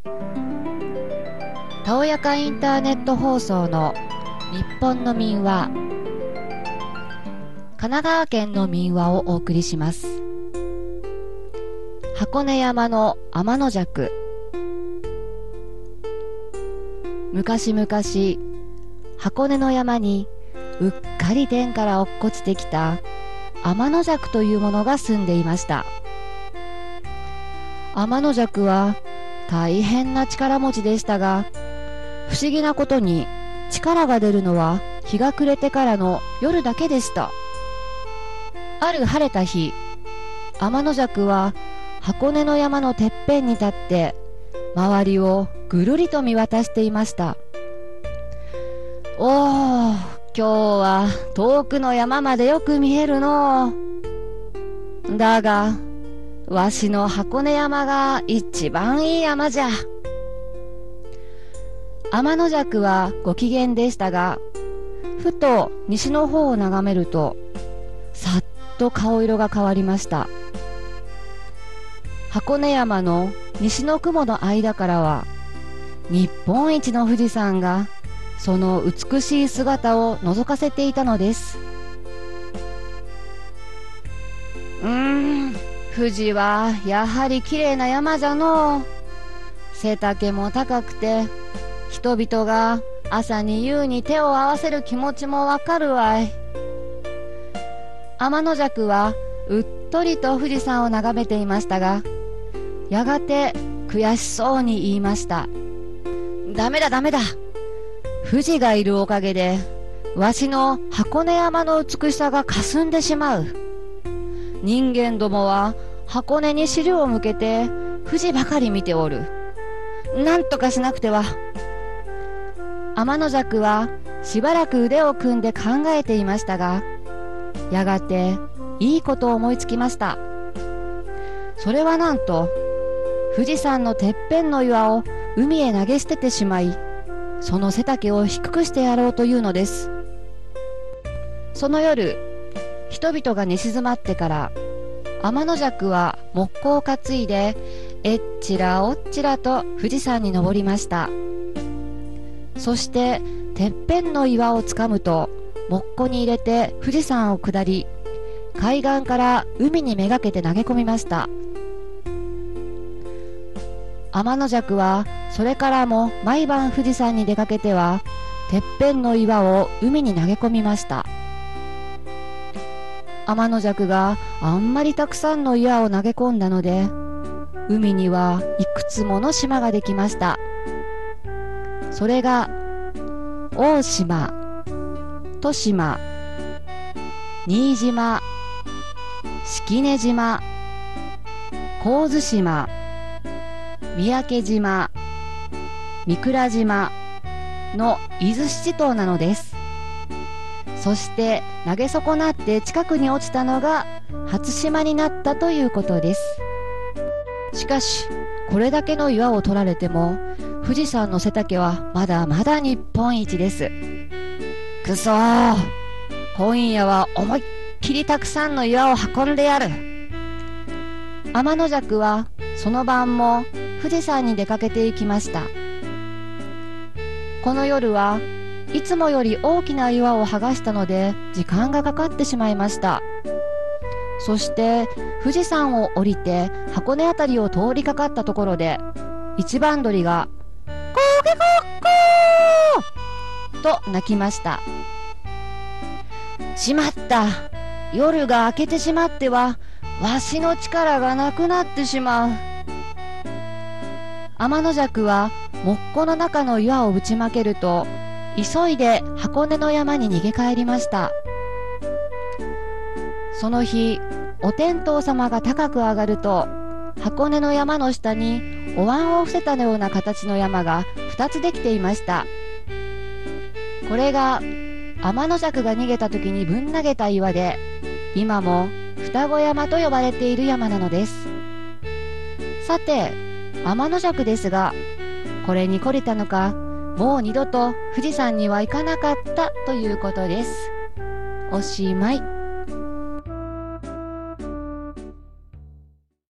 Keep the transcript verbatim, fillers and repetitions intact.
たおやかインターネット放送の日本の民話、神奈川県の民話をお送りします。箱根山の天の邪。昔々箱根の山にうっかり天から落っこちてきた天の邪というものが住んでいました。天の邪は大変な力持ちでしたが、不思議なことに力が出るのは日が暮れてからの夜だけでした。ある晴れた日、天の邪は箱根の山のてっぺんに立って周りをぐるりと見渡していました。おー、今日は遠くの山までよく見えるのう。だがわしの箱根山が一番いい山じゃ。天の邪はご機嫌でしたが、ふと西の方を眺めるとさっと顔色が変わりました。箱根山の西の雲の間からは日本一の富士山がその美しい姿を覗かせていたのです。うーん、富士はやはり綺麗な山じゃのう。背丈も高くて人々が朝に夕に手を合わせる気持ちもわかるわい。天の邪はうっとりと富士山を眺めていましたが、やがて悔しそうに言いました。ダメだダメだ。富士がいるおかげでわしの箱根山の美しさが霞んでしまう。人間どもは箱根に尻を向けて富士ばかり見ておる。なんとかしなくては。天の邪はしばらく腕を組んで考えていましたが、やがていいことを思いつきました。それはなんと富士山のてっぺんの岩を海へ投げ捨ててしまい、その背丈を低くしてやろうというのです。その夜、人々が寝静まってから天の邪は木工を担いでえっちらおっちらと富士山に登りました。そしててっぺんの岩をつかむと木工に入れて富士山を下り、海岸から海にめがけて投げ込みました。天の邪はそれからも毎晩富士山に出かけてはてっぺんの岩を海に投げ込みました。天の邪があんまりたくさんの岩を投げ込んだので、海にはいくつもの島ができました。それが大島、戸島、新島、式根島、神津島、三宅島、御蔵島の伊豆七島なのです。そして投げ損なって近くに落ちたのが初島になったということです。しかしこれだけの岩を取られても富士山の背丈はまだまだ日本一です。くそー、今夜は思いっきりたくさんの岩を運んでやる。天の邪はその晩も富士山に出かけて行きました。この夜はいつもより大きな岩を剥がしたので時間がかかってしまいました。そして富士山を降りて箱根あたりを通りかかったところで、一番鳥がコーケコッコーと鳴きました。しまった、夜が明けてしまってはわしの力がなくなってしまう。天の邪は木工の中の岩を打ち負けると急いで箱根の山に逃げ帰りました。その日、お天道様が高く上がると箱根の山の下にお椀を伏せたような形の山がふたつできていました。これが天の邪が逃げた時にぶん投げた岩で、今も双子山と呼ばれている山なのです。さて天の邪ですが、これに懲りたのかもう二度と富士山には行かなかったということです。おしまい。